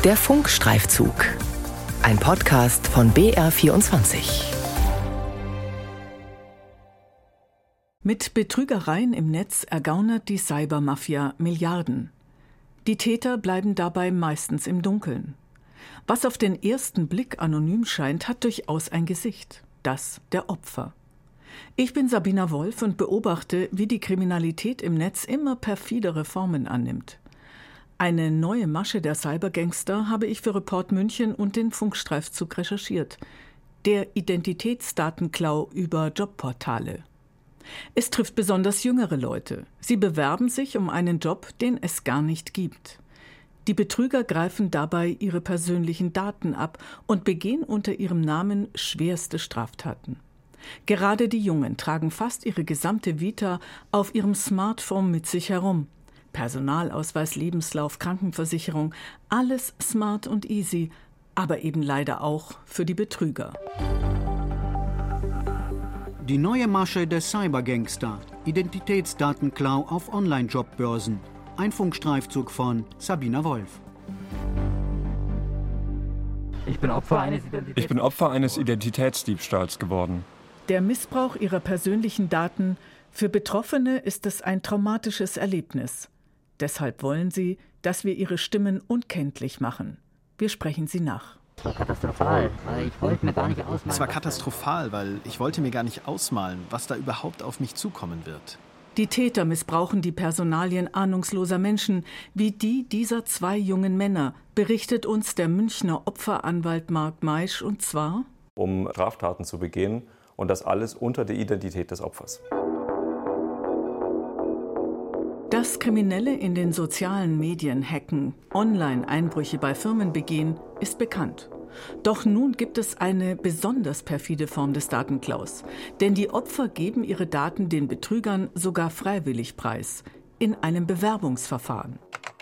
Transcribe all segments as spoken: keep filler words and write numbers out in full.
Der Funkstreifzug. Ein Podcast von B R vierundzwanzig. Mit Betrügereien im Netz ergaunert die Cybermafia Milliarden. Die Täter bleiben dabei meistens im Dunkeln. Was auf den ersten Blick anonym scheint, hat durchaus ein Gesicht. Das der Opfer. Ich bin Sabina Wolf und beobachte, wie die Kriminalität im Netz immer perfidere Formen annimmt. Eine neue Masche der Cybergangster habe ich für Report München und den Funkstreifzug recherchiert. Der Identitätsdatenklau über Jobportale. Es trifft besonders jüngere Leute. Sie bewerben sich um einen Job, den es gar nicht gibt. Die Betrüger greifen dabei ihre persönlichen Daten ab und begehen unter ihrem Namen schwerste Straftaten. Gerade die Jungen tragen fast ihre gesamte Vita auf ihrem Smartphone mit sich herum. Personalausweis, Lebenslauf, Krankenversicherung, alles smart und easy, aber eben leider auch für die Betrüger. Die neue Masche der Cybergangster. Identitätsdatenklau auf Online-Jobbörsen. Ein Funkstreifzug von Sabina Wolf. Ich bin Opfer eines Identitäts- Ich bin Opfer eines Identitätsdiebstahls geworden. Der Missbrauch ihrer persönlichen Daten, für Betroffene ist es ein traumatisches Erlebnis. Deshalb wollen sie, dass wir ihre Stimmen unkenntlich machen. Wir sprechen sie nach. Es war katastrophal, weil ich wollte mir gar nicht ausmalen. Es war katastrophal, weil ich wollte mir gar nicht ausmalen, was da überhaupt auf mich zukommen wird. Die Täter missbrauchen die Personalien ahnungsloser Menschen, wie die dieser zwei jungen Männer, berichtet uns der Münchner Opferanwalt Marc Maisch, und zwar um Straftaten zu begehen, und das alles unter der Identität des Opfers. Dass Kriminelle in den sozialen Medien hacken, Online-Einbrüche bei Firmen begehen, ist bekannt. Doch nun gibt es eine besonders perfide Form des Datenklaus. Denn die Opfer geben ihre Daten den Betrügern sogar freiwillig preis, in einem Bewerbungsverfahren.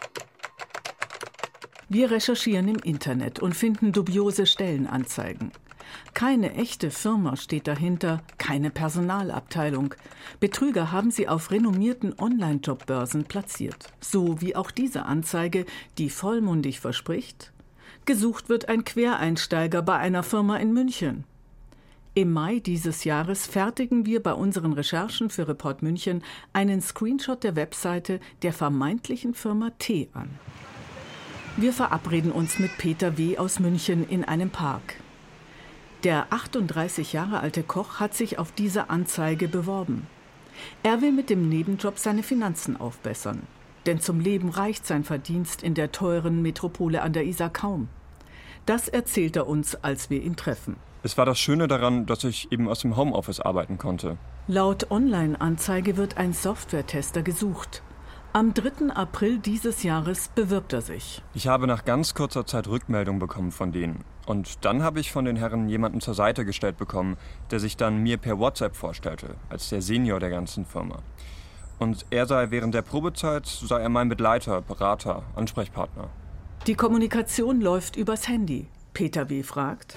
Wir recherchieren im Internet und finden dubiose Stellenanzeigen. Keine echte Firma steht dahinter, keine Personalabteilung. Betrüger haben sie auf renommierten Online-Jobbörsen platziert. So wie auch diese Anzeige, die vollmundig verspricht: gesucht wird ein Quereinsteiger bei einer Firma in München. Im Mai dieses Jahres fertigen wir bei unseren Recherchen für Report München einen Screenshot der Webseite der vermeintlichen Firma T an. Wir verabreden uns mit Peter W. aus München in einem Park. Der achtunddreißig Jahre alte Koch hat sich auf diese Anzeige beworben. Er will mit dem Nebenjob seine Finanzen aufbessern. Denn zum Leben reicht sein Verdienst in der teuren Metropole an der Isar kaum. Das erzählt er uns, als wir ihn treffen. Es war das Schöne daran, dass ich eben aus dem Homeoffice arbeiten konnte. Laut Online-Anzeige wird ein Software-Tester gesucht. Am dritten April dieses Jahres bewirbt er sich. Ich habe nach ganz kurzer Zeit Rückmeldung bekommen von denen. Und dann habe ich von den Herren jemanden zur Seite gestellt bekommen, der sich dann mir per WhatsApp vorstellte, als der Senior der ganzen Firma. Und er sei während der Probezeit, sei er mein Begleiter, Berater, Ansprechpartner. Die Kommunikation läuft übers Handy. Peter W. fragt: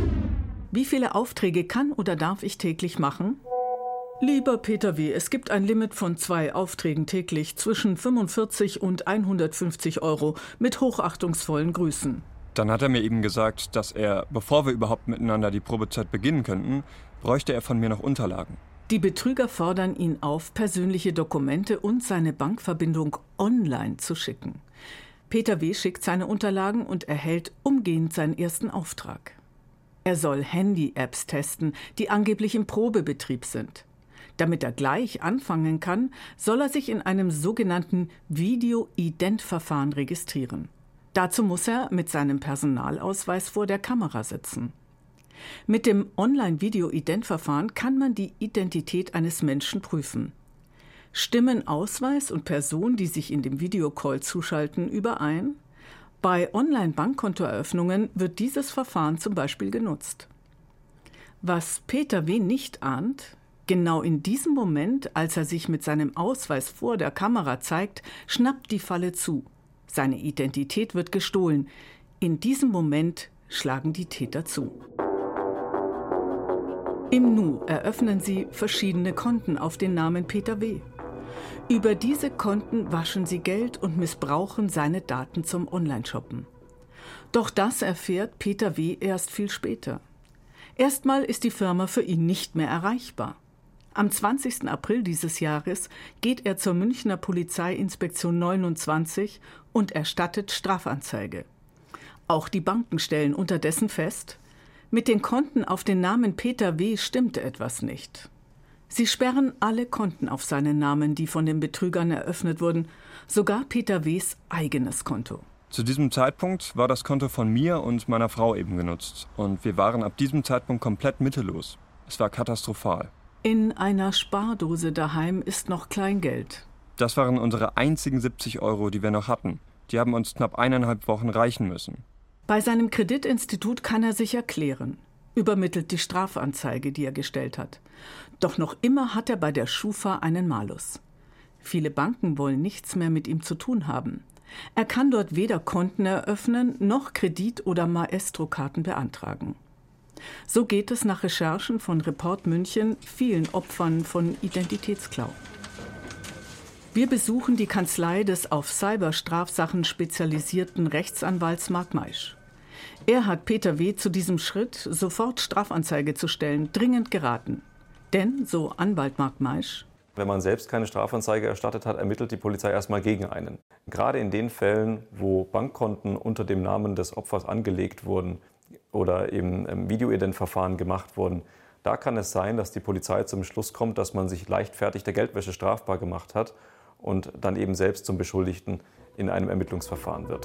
Wie viele Aufträge kann oder darf ich täglich machen? Lieber Peter W., es gibt ein Limit von zwei Aufträgen täglich zwischen fünfundvierzig und hundertfünfzig Euro mit hochachtungsvollen Grüßen. Dann hat er mir eben gesagt, dass er, bevor wir überhaupt miteinander die Probezeit beginnen könnten, bräuchte er von mir noch Unterlagen. Die Betrüger fordern ihn auf, persönliche Dokumente und seine Bankverbindung online zu schicken. Peter W. schickt seine Unterlagen und erhält umgehend seinen ersten Auftrag. Er soll Handy-Apps testen, die angeblich im Probebetrieb sind. Damit er gleich anfangen kann, soll er sich in einem sogenannten Video-Ident-Verfahren registrieren. Dazu muss er mit seinem Personalausweis vor der Kamera sitzen. Mit dem Online-Video-Ident-Verfahren kann man die Identität eines Menschen prüfen. Stimmen Ausweis und Person, die sich in dem Videocall zuschalten, überein? Bei Online-Bankkontoeröffnungen wird dieses Verfahren zum Beispiel genutzt. Was Peter W. nicht ahnt: Genau in diesem Moment, als er sich mit seinem Ausweis vor der Kamera zeigt, schnappt die Falle zu. Seine Identität wird gestohlen. In diesem Moment schlagen die Täter zu. Im Nu eröffnen sie verschiedene Konten auf den Namen Peter W. Über diese Konten waschen sie Geld und missbrauchen seine Daten zum Online-Shoppen. Doch das erfährt Peter W. erst viel später. Erstmal ist die Firma für ihn nicht mehr erreichbar. Am zwanzigsten April dieses Jahres geht er zur Münchner Polizeiinspektion neunundzwanzig und erstattet Strafanzeige. Auch die Banken stellen unterdessen fest, mit den Konten auf den Namen Peter W. stimmt etwas nicht. Sie sperren alle Konten auf seinen Namen, die von den Betrügern eröffnet wurden, sogar Peter W.s eigenes Konto. Zu diesem Zeitpunkt war das Konto von mir und meiner Frau eben genutzt. Und wir waren ab diesem Zeitpunkt komplett mittellos. Es war katastrophal. In einer Spardose daheim ist noch Kleingeld. Das waren unsere einzigen siebzig Euro, die wir noch hatten. Die haben uns knapp eineinhalb Wochen reichen müssen. Bei seinem Kreditinstitut kann er sich erklären. Übermittelt die Strafanzeige, die er gestellt hat. Doch noch immer hat er bei der Schufa einen Malus. Viele Banken wollen nichts mehr mit ihm zu tun haben. Er kann dort weder Konten eröffnen, noch Kredit- oder Maestro-Karten beantragen. So geht es nach Recherchen von Report München vielen Opfern von Identitätsklau. Wir besuchen die Kanzlei des auf Cyberstrafsachen spezialisierten Rechtsanwalts Mark Maisch. Er hat Peter W. zu diesem Schritt, sofort Strafanzeige zu stellen, dringend geraten. Denn, so Anwalt Mark Maisch, wenn man selbst keine Strafanzeige erstattet hat, ermittelt die Polizei erstmal gegen einen. Gerade in den Fällen, wo Bankkonten unter dem Namen des Opfers angelegt wurden oder eben Videoident-Verfahren gemacht wurden, da kann es sein, dass die Polizei zum Schluss kommt, dass man sich leichtfertig der Geldwäsche strafbar gemacht hat und dann eben selbst zum Beschuldigten in einem Ermittlungsverfahren wird.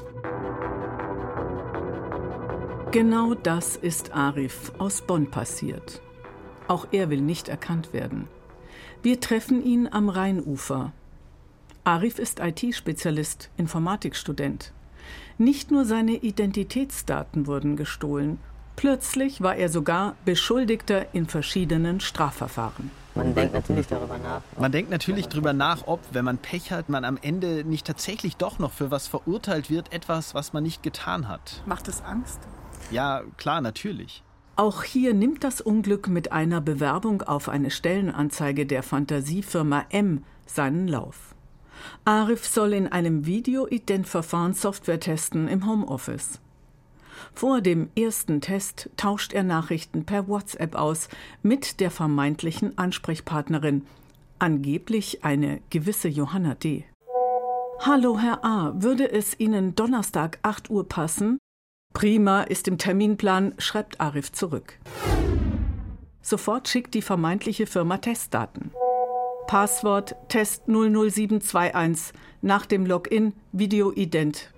Genau das ist Arif aus Bonn passiert. Auch er will nicht erkannt werden. Wir treffen ihn am Rheinufer. Arif ist I T-Spezialist, Informatikstudent. Nicht nur seine Identitätsdaten wurden gestohlen, plötzlich war er sogar Beschuldigter in verschiedenen Strafverfahren. Man denkt natürlich darüber nach. Man denkt natürlich darüber nach, ob, wenn man Pech hat, man am Ende nicht tatsächlich doch noch für was verurteilt wird, etwas, was man nicht getan hat. Macht es Angst? Ja, klar, natürlich. Auch hier nimmt das Unglück mit einer Bewerbung auf eine Stellenanzeige der Fantasiefirma M seinen Lauf. Arif soll in einem Video-Ident-Verfahren Software testen im Homeoffice. Vor dem ersten Test tauscht er Nachrichten per WhatsApp aus mit der vermeintlichen Ansprechpartnerin, angeblich eine gewisse Johanna D. Hallo Herr A., würde es Ihnen Donnerstag acht Uhr passen? Prima, ist im Terminplan, schreibt Arif zurück. Sofort schickt die vermeintliche Firma Testdaten. Passwort Test null null sieben zwei eins, nach dem Login Videoident.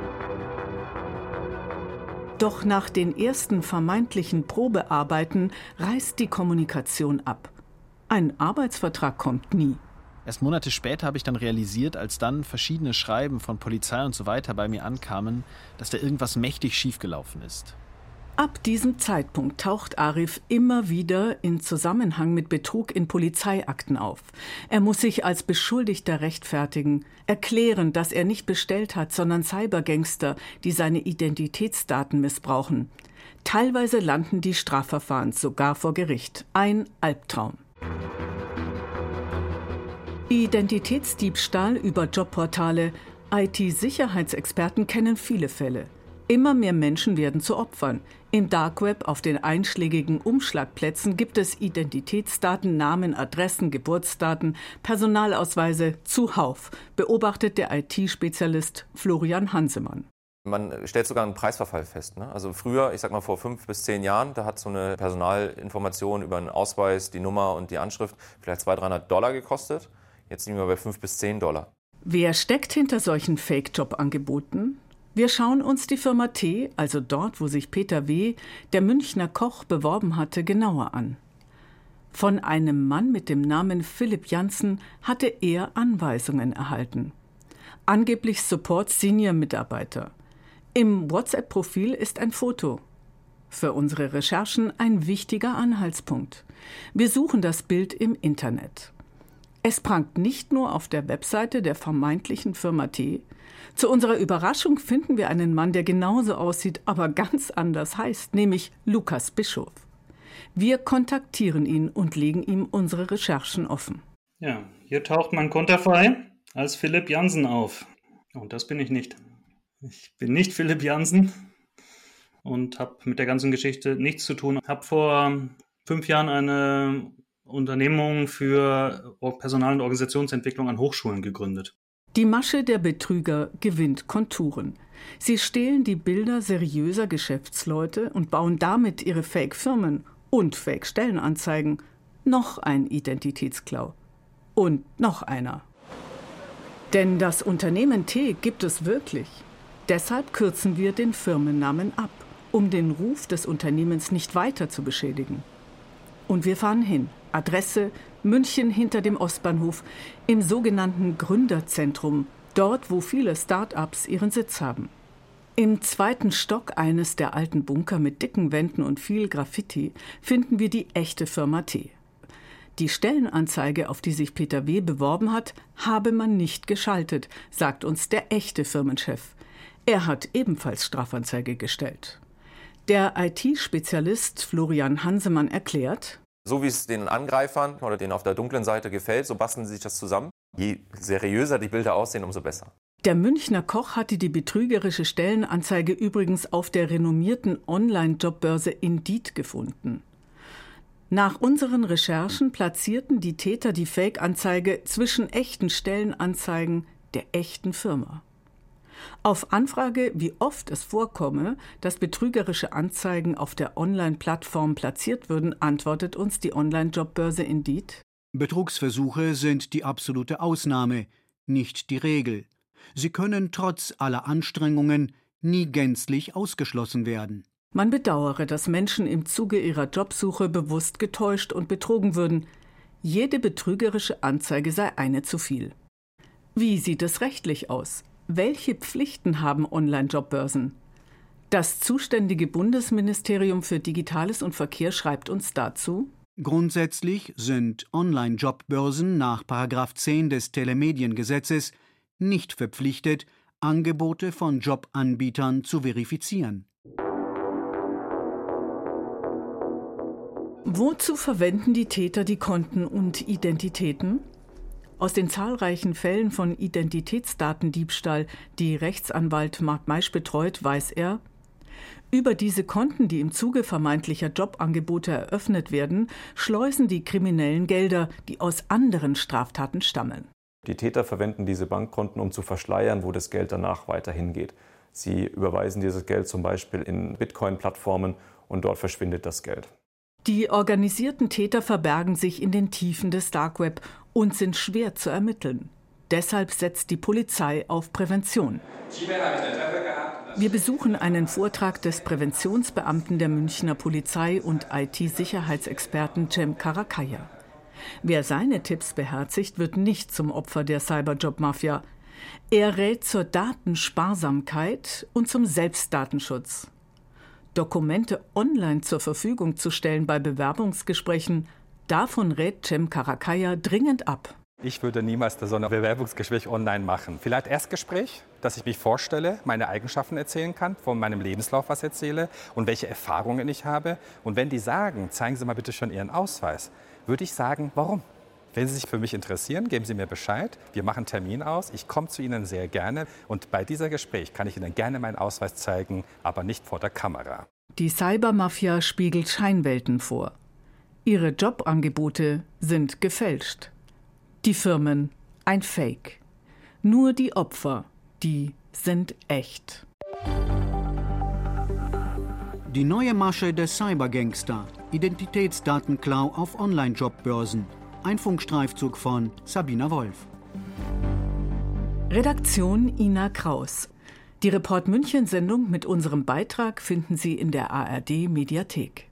Doch nach den ersten vermeintlichen Probearbeiten reißt die Kommunikation ab. Ein Arbeitsvertrag kommt nie. Erst Monate später habe ich dann realisiert, als dann verschiedene Schreiben von Polizei und so weiter bei mir ankamen, dass da irgendwas mächtig schiefgelaufen ist. Ab diesem Zeitpunkt taucht Arif immer wieder in Zusammenhang mit Betrug in Polizeiakten auf. Er muss sich als Beschuldigter rechtfertigen, erklären, dass er nicht bestellt hat, sondern Cybergangster, die seine Identitätsdaten missbrauchen. Teilweise landen die Strafverfahren sogar vor Gericht. Ein Albtraum. Identitätsdiebstahl über Jobportale. I T-Sicherheitsexperten kennen viele Fälle. Immer mehr Menschen werden zu Opfern. Im Dark Web auf den einschlägigen Umschlagplätzen gibt es Identitätsdaten, Namen, Adressen, Geburtsdaten, Personalausweise zuhauf, beobachtet der I T-Spezialist Florian Hansemann. Man stellt sogar einen Preisverfall fest. Ne? Also früher, ich sag mal vor fünf bis zehn Jahren, da hat so eine Personalinformation über einen Ausweis, die Nummer und die Anschrift vielleicht zweihundert, dreihundert Dollar gekostet. Jetzt sind wir bei fünf bis zehn Dollar. Wer steckt hinter solchen Fake-Job-Angeboten? Wir schauen uns die Firma T, also dort, wo sich Peter W., der Münchner Koch, beworben hatte, genauer an. Von einem Mann mit dem Namen Philipp Janssen hatte er Anweisungen erhalten. Angeblich Support-Senior-Mitarbeiter. Im WhatsApp-Profil ist ein Foto. Für unsere Recherchen ein wichtiger Anhaltspunkt. Wir suchen das Bild im Internet. Es prangt nicht nur auf der Webseite der vermeintlichen Firma T. Zu unserer Überraschung finden wir einen Mann, der genauso aussieht, aber ganz anders heißt, nämlich Lukas Bischof. Wir kontaktieren ihn und legen ihm unsere Recherchen offen. Ja, hier taucht mein Konterfei als Philipp Janssen auf. Und das bin ich nicht. Ich bin nicht Philipp Janssen. und habe mit der ganzen Geschichte nichts zu tun. Ich habe vor fünf Jahren eine Unternehmung für Personal- und Organisationsentwicklung an Hochschulen gegründet. Die Masche der Betrüger gewinnt Konturen. Sie stehlen die Bilder seriöser Geschäftsleute und bauen damit ihre Fake-Firmen und Fake-Stellenanzeigen. Noch ein Identitätsklau. Und noch einer. Denn das Unternehmen T gibt es wirklich. Deshalb kürzen wir den Firmennamen ab, um den Ruf des Unternehmens nicht weiter zu beschädigen. Und wir fahren hin. Adresse München hinter dem Ostbahnhof, im sogenannten Gründerzentrum, dort, wo viele Start-ups ihren Sitz haben. Im zweiten Stock eines der alten Bunker mit dicken Wänden und viel Graffiti finden wir die echte Firma T. Die Stellenanzeige, auf die sich Peter W. beworben hat, habe man nicht geschaltet, sagt uns der echte Firmenchef. Er hat ebenfalls Strafanzeige gestellt. Der I T-Spezialist Florian Hansemann erklärt: So wie es den Angreifern oder denen auf der dunklen Seite gefällt, so basteln sie sich das zusammen. Je seriöser die Bilder aussehen, umso besser. Der Münchner Koch hatte die betrügerische Stellenanzeige übrigens auf der renommierten Online-Jobbörse Indeed gefunden. Nach unseren Recherchen platzierten die Täter die Fake-Anzeige zwischen echten Stellenanzeigen der echten Firma. Auf Anfrage, wie oft es vorkomme, dass betrügerische Anzeigen auf der Online-Plattform platziert würden, antwortet uns die Online-Jobbörse Indeed: Betrugsversuche sind die absolute Ausnahme, nicht die Regel. Sie können trotz aller Anstrengungen nie gänzlich ausgeschlossen werden. Man bedauere, dass Menschen im Zuge ihrer Jobsuche bewusst getäuscht und betrogen würden. Jede betrügerische Anzeige sei eine zu viel. Wie sieht es rechtlich aus? Welche Pflichten haben Online-Jobbörsen? Das zuständige Bundesministerium für Digitales und Verkehr schreibt uns dazu: Grundsätzlich sind Online-Jobbörsen nach Paragraph zehn des Telemediengesetzes nicht verpflichtet, Angebote von Jobanbietern zu verifizieren. Wozu verwenden die Täter die Konten und Identitäten? Aus den zahlreichen Fällen von Identitätsdatendiebstahl, die Rechtsanwalt Marc Maisch betreut, weiß er: Über diese Konten, die im Zuge vermeintlicher Jobangebote eröffnet werden, schleusen die Kriminellen Gelder, die aus anderen Straftaten stammen. Die Täter verwenden diese Bankkonten, um zu verschleiern, wo das Geld danach weiterhin geht. Sie überweisen dieses Geld zum Beispiel in Bitcoin-Plattformen und dort verschwindet das Geld. Die organisierten Täter verbergen sich in den Tiefen des Dark Web und sind schwer zu ermitteln. Deshalb setzt die Polizei auf Prävention. Wir besuchen einen Vortrag des Präventionsbeamten der Münchner Polizei und I T-Sicherheitsexperten Cem Karakaya. Wer seine Tipps beherzigt, wird nicht zum Opfer der Cyberjob-Mafia. Er rät zur Datensparsamkeit und zum Selbstdatenschutz. Dokumente online zur Verfügung zu stellen bei Bewerbungsgesprächen, davon rät Cem Karakaya dringend ab. Ich würde niemals so ein Bewerbungsgespräch online machen. Vielleicht Erstgespräch, dass ich mich vorstelle, meine Eigenschaften erzählen kann, von meinem Lebenslauf was erzähle und welche Erfahrungen ich habe. Und wenn die sagen, zeigen Sie mal bitte schon Ihren Ausweis, würde ich sagen, warum? Wenn Sie sich für mich interessieren, geben Sie mir Bescheid. Wir machen einen Termin aus. Ich komme zu Ihnen sehr gerne. Und bei diesem Gespräch kann ich Ihnen gerne meinen Ausweis zeigen, aber nicht vor der Kamera. Die Cybermafia spiegelt Scheinwelten vor. Ihre Jobangebote sind gefälscht. Die Firmen ein Fake. Nur die Opfer, die sind echt. Die neue Masche der Cybergangster. Identitätsdatenklau auf Online-Jobbörsen. Ein Funkstreifzug von Sabina Wolf. Redaktion Ina Kraus. Die Report München-Sendung mit unserem Beitrag finden Sie in der A R D-Mediathek.